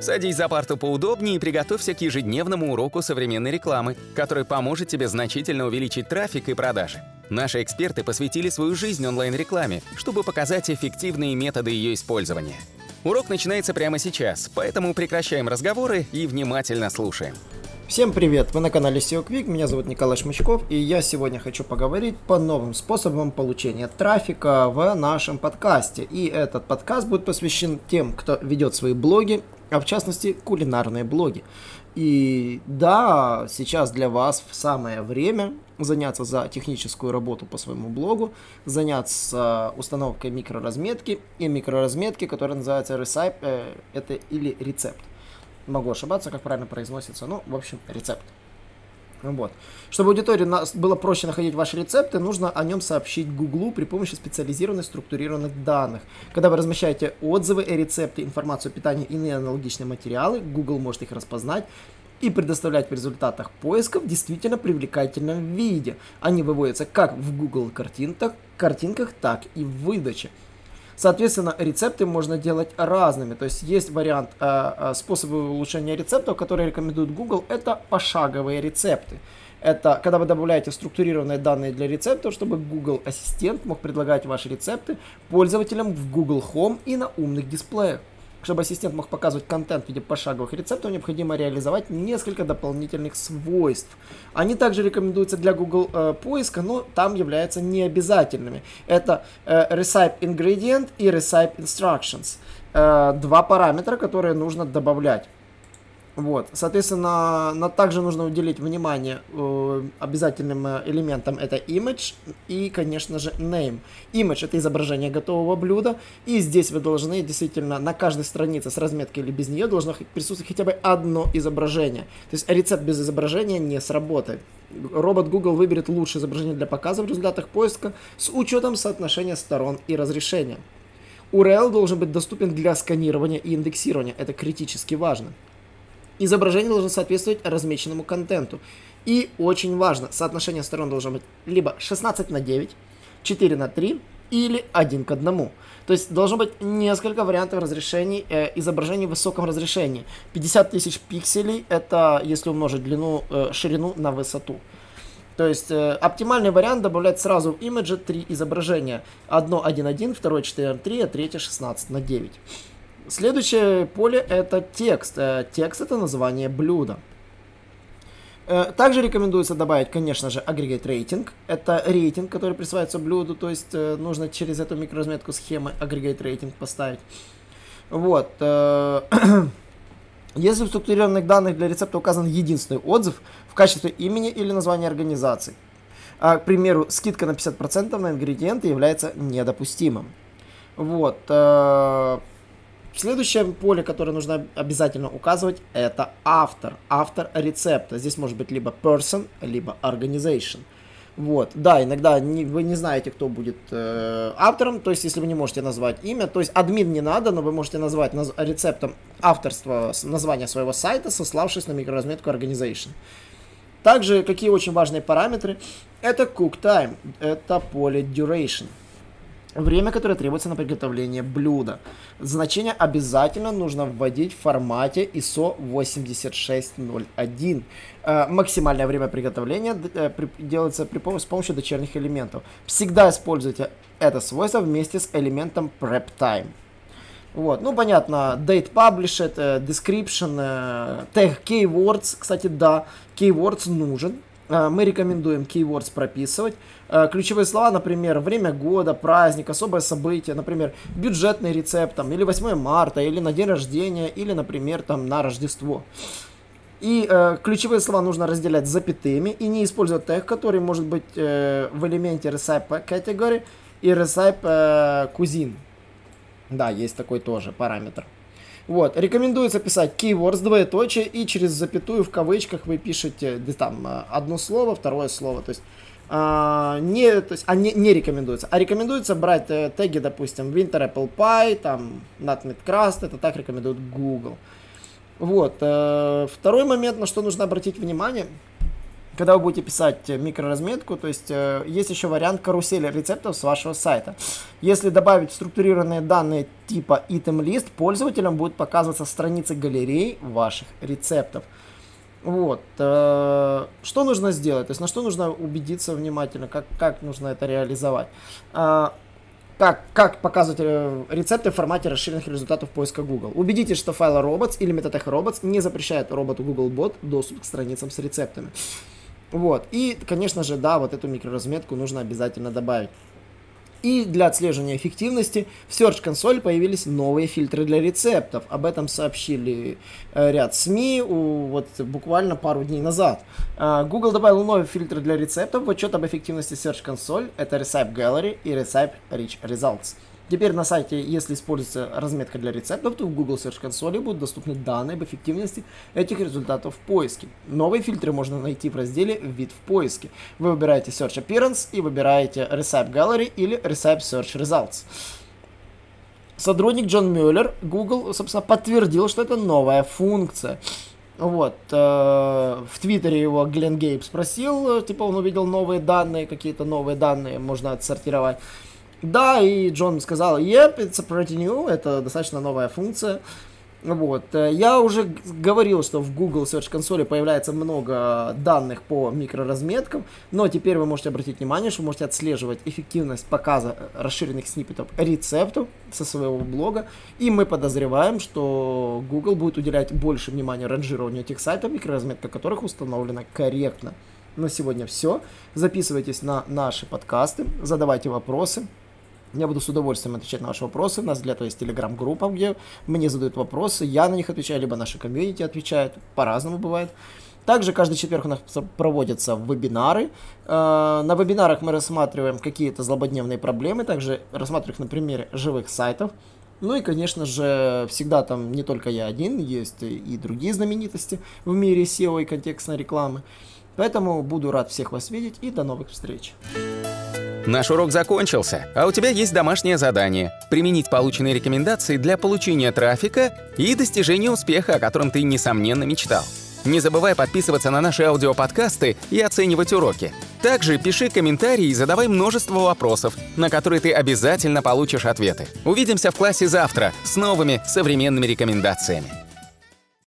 Садись за парту поудобнее и приготовься к ежедневному уроку современной рекламы, который поможет тебе значительно увеличить трафик и продажи. Наши эксперты посвятили свою жизнь онлайн-рекламе, чтобы показать эффективные методы ее использования. Урок начинается прямо сейчас, поэтому прекращаем разговоры и внимательно слушаем. Всем привет! Вы на канале SEO Quick, меня зовут Николай Шмычков, и я сегодня хочу поговорить по новым способам получения трафика в нашем подкасте. И этот подкаст будет посвящен тем, кто ведет свои блоги, а в частности кулинарные блоги. И да, сейчас для вас самое время заняться за техническую работу по своему блогу, заняться установкой микроразметки и микроразметки, которая называется Recipe, это или рецепт. Могу ошибаться, как правильно произносится, в общем, рецепт. Вот. Чтобы аудитории было проще находить ваши рецепты, нужно о нем сообщить Гуглу при помощи специализированных структурированных данных. Когда вы размещаете отзывы, рецепты, информацию о питании и иные аналогичные материалы, Google может их распознать и предоставлять в результатах поиска в действительно привлекательном виде. Они выводятся как в Google картинках, так и в выдаче. Соответственно, рецепты можно делать разными. То есть есть вариант способы улучшения рецептов, которые рекомендует Google. Это пошаговые рецепты. Это когда вы добавляете структурированные данные для рецептов, чтобы Google Ассистент мог предлагать ваши рецепты пользователям в Google Home и на умных дисплеях. Чтобы ассистент мог показывать контент в виде пошаговых рецептов, необходимо реализовать несколько дополнительных свойств. Они также рекомендуются для Google поиска, но там являются необязательными. Это Recipe Ingredient и Recipe Instructions. Два параметра, которые нужно добавлять. Вот. Соответственно, также нужно уделить внимание обязательным элементам. Это image и, конечно же, name. Image — это изображение готового блюда. И здесь вы должны действительно на каждой странице с разметкой или без нее должно присутствовать хотя бы одно изображение. То есть рецепт без изображения не сработает. Робот Google выберет лучшее изображение для показа в результатах поиска с учетом соотношения сторон и разрешения. URL должен быть доступен для сканирования и индексирования. Это критически важно. Изображение должно соответствовать размеченному контенту. И очень важно, соотношение сторон должно быть либо 16:9, 4:3 или 1:1. То есть должно быть несколько вариантов разрешений изображений в высоком разрешении. 50 тысяч пикселей — это если умножить ширину на высоту. То есть оптимальный вариант добавлять сразу в имидже 3 изображения. Одно 1:1, второе 4:3, а третье 16:9. Следующее поле — это текст. Текст — это название блюда. Также рекомендуется добавить, конечно же, aggregate rating. Это рейтинг, который присваивается блюду, то есть нужно через эту микроразметку схемы aggregate rating поставить. Вот. Если в структурированных данных для рецепта указан единственный отзыв в качестве имени или названия организации, к примеру, скидка на 50% на ингредиенты является недопустимым. Вот. Следующее поле, которое нужно обязательно указывать, это автор. Автор рецепта. Здесь может быть либо person, либо organization. Вот. Да, иногда вы не знаете, кто будет автором, то есть если вы не можете назвать имя, то есть админ не надо, но вы можете назвать рецептом авторство название своего сайта, сославшись на микроразметку organization. Также, какие очень важные параметры, это cook time, это поле duration. Время, которое требуется на приготовление блюда. Значение обязательно нужно вводить в формате ISO 8601. Максимальное время приготовления делается с помощью дочерних элементов. Всегда используйте это свойство вместе с элементом prep time. Вот, понятно, date published, description, tag keywords. Кстати, да, keywords нужен. Мы рекомендуем keywords прописывать. Ключевые слова, например, время года, праздник, особое событие, например, бюджетный рецепт, или 8 марта, или на день рождения, или, например, на Рождество. И ключевые слова нужно разделять запятыми и не использовать тег, который может быть в элементе recipe category и recipe cuisine. Да, есть такой тоже параметр. Вот, рекомендуется писать keywords, двоеточие, и через запятую в кавычках вы пишете одно слово, второе слово. То есть не рекомендуется. А рекомендуется брать теги, допустим, Winter Apple Pie, Nutmeg Crust, это так рекомендует Google. Вот. Второй момент, на что нужно обратить внимание, когда вы будете писать микроразметку, то есть есть еще вариант карусели рецептов с вашего сайта. Если добавить структурированные данные типа item list, пользователям будет показываться страницы галерей ваших рецептов. Вот. Что нужно сделать? То есть на что нужно убедиться внимательно, как нужно это реализовать? Как показывать рецепты в формате расширенных результатов поиска Google. Убедитесь, что файл robots или Metatext robots не запрещает роботу Googlebot доступ к страницам с рецептами. Вот. И, конечно же, да, вот эту микроразметку нужно обязательно добавить. И для отслеживания эффективности в Search Console появились новые фильтры для рецептов. Об этом сообщили ряд СМИ вот буквально пару дней назад. Google добавил новые фильтры для рецептов в отчет об эффективности Search Console. Это Recipe Gallery и Recipe Rich Results. Теперь на сайте, если используется разметка для рецептов, то в Google Search Console будут доступны данные об эффективности этих результатов в поиске. Новые фильтры можно найти в разделе «Вид в поиске». Вы выбираете Search Appearance и выбираете Recipe Gallery или Recipe Search Results. Сотрудник Джон Мюллер, Google, собственно, подтвердил, что это новая функция. Вот, в Твиттере его Глен Гейб спросил, типа он увидел новые данные, какие-то новые данные можно отсортировать. Да, и Джон сказал, yep, it's pretty new, это достаточно новая функция. Вот. Я уже говорил, что в Google Search Console появляется много данных по микроразметкам, но теперь вы можете обратить внимание, что вы можете отслеживать эффективность показа расширенных сниппетов рецептов со своего блога, и мы подозреваем, что Google будет уделять больше внимания ранжированию этих сайтов, микроразметка которых установлена корректно. На сегодня все. Записывайтесь на наши подкасты, задавайте вопросы. Я буду с удовольствием отвечать на ваши вопросы. У нас для этого есть телеграм-группа, где мне задают вопросы, я на них отвечаю, либо наши комьюнити отвечают. По-разному бывает. Также каждый четверг у нас проводятся вебинары. На вебинарах мы рассматриваем какие-то злободневные проблемы, также рассматриваем их на примере живых сайтов. Ну и, конечно же, всегда там не только я один, есть и другие знаменитости в мире SEO и контекстной рекламы. Поэтому буду рад всех вас видеть и до новых встреч. Наш урок закончился, а у тебя есть домашнее задание – применить полученные рекомендации для получения трафика и достижения успеха, о котором ты, несомненно, мечтал. Не забывай подписываться на наши аудиоподкасты и оценивать уроки. Также пиши комментарии и задавай множество вопросов, на которые ты обязательно получишь ответы. Увидимся в классе завтра с новыми современными рекомендациями.